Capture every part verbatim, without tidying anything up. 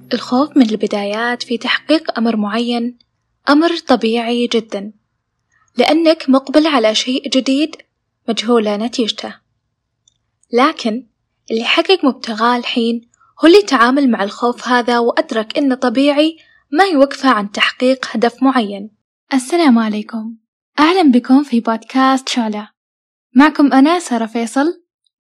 الخوف من البدايات في تحقيق أمر معين أمر طبيعي جدا، لأنك مقبل على شيء جديد مجهولة نتيجته. لكن اللي حقق مبتغاه الحين هو اللي تعامل مع الخوف هذا وأدرك إنه طبيعي ما يوقفه عن تحقيق هدف معين. السلام عليكم، أهلا بكم في بودكاست شعلة، معكم أنا سارة فيصل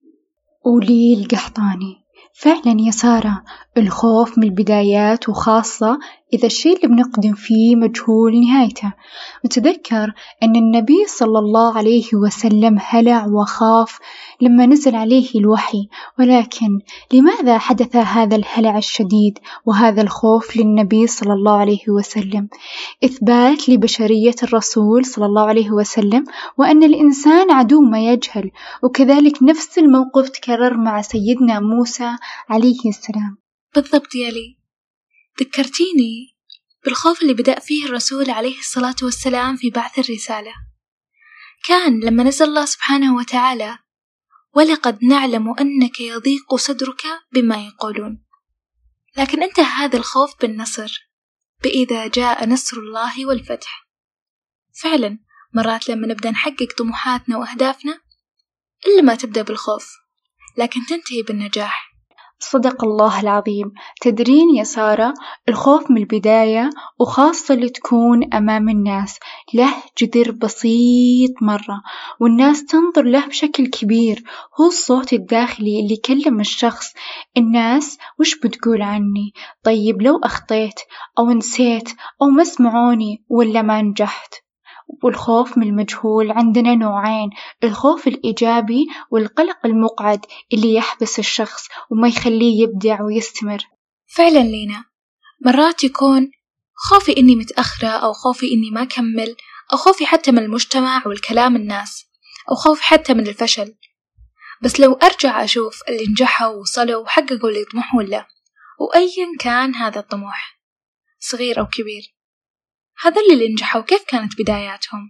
ولي القحطاني. فعلا يا سارة، الخوف من البدايات وخاصة إذا الشيء اللي بنقدم فيه مجهول نهايته. نتذكر أن النبي صلى الله عليه وسلم هلع وخاف لما نزل عليه الوحي، ولكن لماذا حدث هذا الهلع الشديد وهذا الخوف للنبي صلى الله عليه وسلم؟ إثبات لبشرية الرسول صلى الله عليه وسلم وأن الإنسان عدو ما يجهل. وكذلك نفس الموقف تكرر مع سيدنا موسى عليه السلام. بالضبط يا لي، ذكرتيني بالخوف اللي بدأ فيه الرسول عليه الصلاة والسلام في بعث الرسالة. كان لما نزل الله سبحانه وتعالى: ولقد نعلم أنك يضيق صدرك بما يقولون، لكن انتهى هذا الخوف بالنصر، بإذا جاء نصر الله والفتح. فعلا مرات لما نبدأ نحقق طموحاتنا وأهدافنا إلا ما تبدأ بالخوف، لكن تنتهي بالنجاح. صدق الله العظيم. تدرين يا سارة، الخوف من البداية وخاصة اللي تكون أمام الناس له جذر بسيط مرة، والناس تنظر له بشكل كبير. هو الصوت الداخلي اللي يكلم الشخص: الناس وش بتقول عني؟ طيب لو أخطيت أو نسيت أو ما سمعوني ولا ما نجحت؟ والخوف من المجهول عندنا نوعين: الخوف الإيجابي والقلق المقعد اللي يحبس الشخص وما يخليه يبدع ويستمر. فعلا لينا، مرات يكون خوفي إني متأخرة، أو خوفي إني ما كمل، أو خوفي حتى من المجتمع والكلام الناس، أو خوفي حتى من الفشل. بس لو أرجع أشوف اللي نجحوا ووصلوا وحققوا اللي يطمحوا له، وأيا كان هذا الطموح صغير أو كبير، هذا اللي نجحوا كيف كانت بداياتهم؟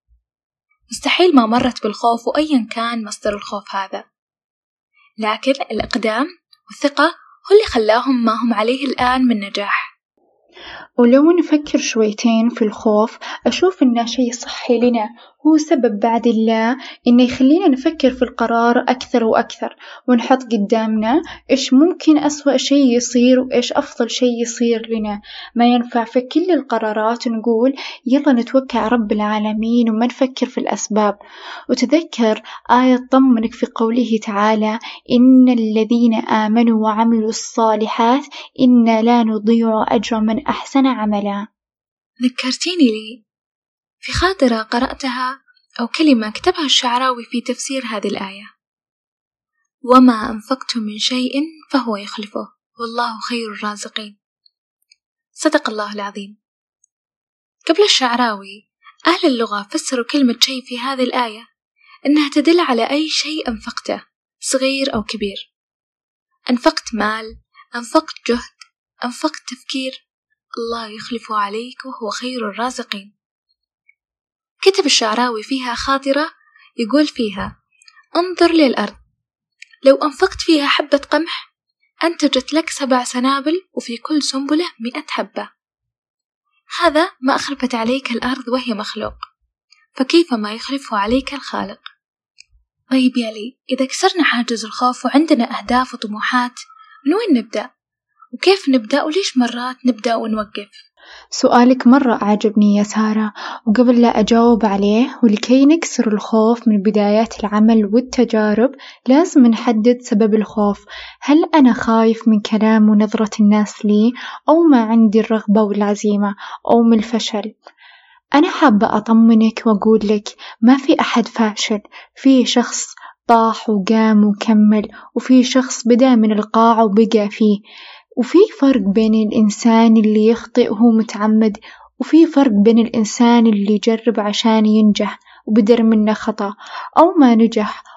مستحيل ما مرت بالخوف وأيا كان مصدر الخوف هذا، لكن الإقدام والثقة هو اللي خلاهم ما هم عليه الآن من نجاح. ولو نفكر شويتين في الخوف، أشوف إنه شيء صحي لنا، هو سبب بعد الله إنه يخلينا نفكر في القرار أكثر وأكثر، ونحط قدامنا إيش ممكن أسوأ شيء يصير وإيش أفضل شيء يصير لنا. ما ينفع في كل القرارات نقول يلا نتوكل على رب العالمين وما نفكر في الأسباب. وتذكر آية تطمنك في قوله تعالى: إن الذين آمنوا وعملوا الصالحات إنا لا نضيع أجر من أحسن عملا. ذكرتيني لي في خاطرة قرأتها أو كلمة كتبها الشعراوي في تفسير هذه الآية: وما أنفقتم من شيء فهو يخلفه والله خير الرازقين. صدق الله العظيم. قبل الشعراوي أهل اللغة فسروا كلمة شيء في هذه الآية أنها تدل على أي شيء أنفقته صغير أو كبير. أنفقت مال، أنفقت جهد، أنفقت تفكير، الله يخلف عليك وهو خير الرازقين. كتب الشعراوي فيها خاطرة يقول فيها: انظر للأرض، لو أنفقت فيها حبة قمح أنتجت لك سبع سنابل وفي كل سنبلة مئة حبة. هذا ما أخلفت عليك الأرض وهي مخلوق، فكيف ما يخلف عليك الخالق. طيب يا لي، إذا كسرنا حاجز الخوف وعندنا أهداف وطموحات، من وين نبدأ؟ وكيف نبدأ؟ وليش مرات نبدأ ونوقف؟ سؤالك مرة أعجبني يا سارة، وقبل لا أجاوب عليه، ولكي نكسر الخوف من بدايات العمل والتجارب لازم نحدد سبب الخوف. هل أنا خايف من كلام ونظرة الناس لي، أو ما عندي الرغبة والعزيمة، أو من الفشل؟ أنا حابة أطمنك وأقول لك ما في أحد فاشل، في شخص طاح وقام وكمل، وفي شخص بدأ من القاع وبقى فيه. وفي فرق بين الإنسان اللي يخطئ وهو متعمد، وفي فرق بين الإنسان اللي يجرب عشان ينجح وبدر منه خطأ، أو ما نجح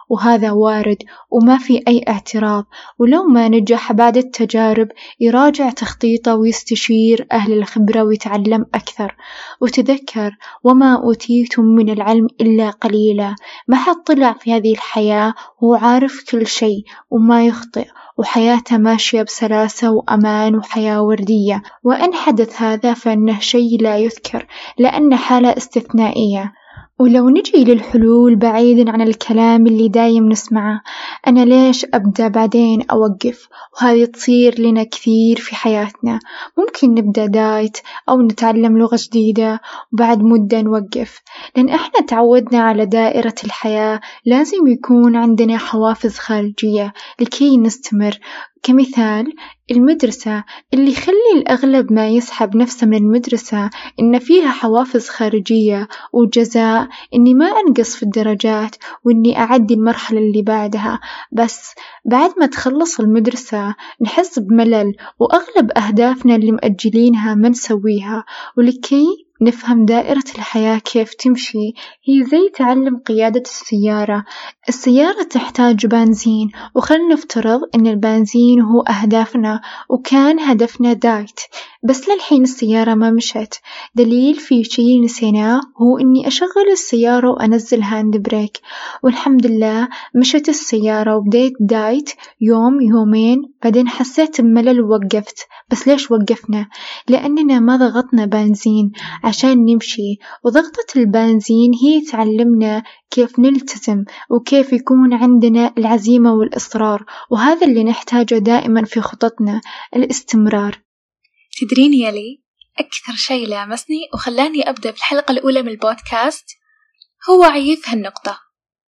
وهذا وارد وما في أي اعتراض، ولو ما نجح بعد التجارب يراجع تخطيطه ويستشير أهل الخبرة ويتعلم أكثر. وتذكر وما أوتيتم من العلم إلا قليلا، ما حد طلع في هذه الحياة هو عارف كل شيء وما يخطئ وحياته ماشية بسلاسة وأمان وحياة وردية، وإن حدث هذا فإنه شيء لا يذكر لأنه حالة استثنائية. ولو نجي للحلول بعيدًا عن الكلام اللي دايم نسمعه، أنا ليش أبدأ بعدين أوقف، وهذه تصير لنا كثير في حياتنا. ممكن نبدأ دايت أو نتعلم لغة جديدة وبعد مدة نوقف، لأن إحنا تعودنا على دائرة الحياة لازم يكون عندنا حوافز خارجية لكي نستمر. كمثال المدرسة اللي يخلي الأغلب ما يسحب نفسه من المدرسة إن فيها حوافز خارجية وجزاء إني ما أنقص في الدرجات وإني أعدي المرحلة اللي بعدها. بس بعد ما تخلص المدرسة نحس بملل وأغلب أهدافنا اللي مأجلينها ما نسويها. ولكي نفهم دائرة الحياة كيف تمشي، هي زي تعلم قيادة السيارة. السيارة تحتاج بنزين، وخلنا نفترض إن البنزين هو أهدافنا وكان هدفنا دايت، بس للحين السيارة ما مشت. دليل في شي نسيناه هو إني أشغل السيارة وأنزل هاند بريك، والحمد لله مشت السيارة وبديت دايت يوم يومين بعدين حسيت بملل ووقفت. بس ليش وقفنا؟ لأننا ما ضغطنا بنزين عشان نمشي، وضغطة البنزين هي تعلمنا كيف نلتزم وكيف يكون عندنا العزيمة والإصرار، وهذا اللي نحتاجه دائما في خططنا، الاستمرار. تدرين يلي أكثر شيء لامسني وخلاني أبدأ في الحلقة الأولى من البودكاست هو وعي في هالنقطة،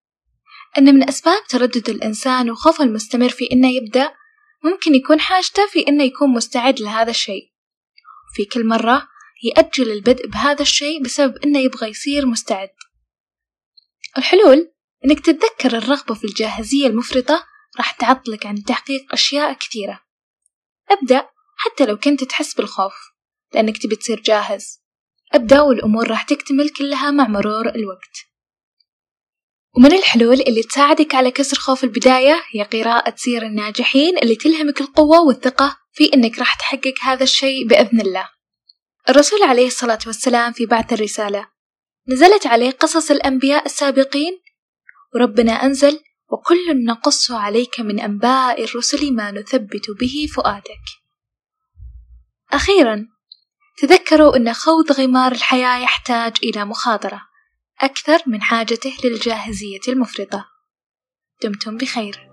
أن من أسباب تردد الإنسان وخوفه المستمر في إنه يبدأ ممكن يكون حاجته في إنه يكون مستعد لهذا الشيء، في كل مرة يأجل البدء بهذا الشيء بسبب إنه يبغى يصير مستعد. الحلول إنك تتذكر الرغبة في الجاهزية المفرطة راح تعطلك عن تحقيق أشياء كثيرة. أبدأ حتى لو كنت تحس بالخوف لأنك تبي تصير جاهز، أبدأ والأمور راح تكتمل كلها مع مرور الوقت. ومن الحلول اللي تساعدك على كسر خوف البداية هي قراءة سير الناجحين اللي تلهمك القوة والثقة في إنك راح تحقق هذا الشيء بإذن الله. الرسول عليه الصلاة والسلام في بعث الرسالة نزلت عليه قصص الأنبياء السابقين، وربنا أنزل وكل نقص عليك من أنباء الرسل ما نثبت به فؤادك. أخيرا تذكروا أن خوض غمار الحياة يحتاج إلى مخاطرة أكثر من حاجته للجاهزية المفرطة. دمتم بخير.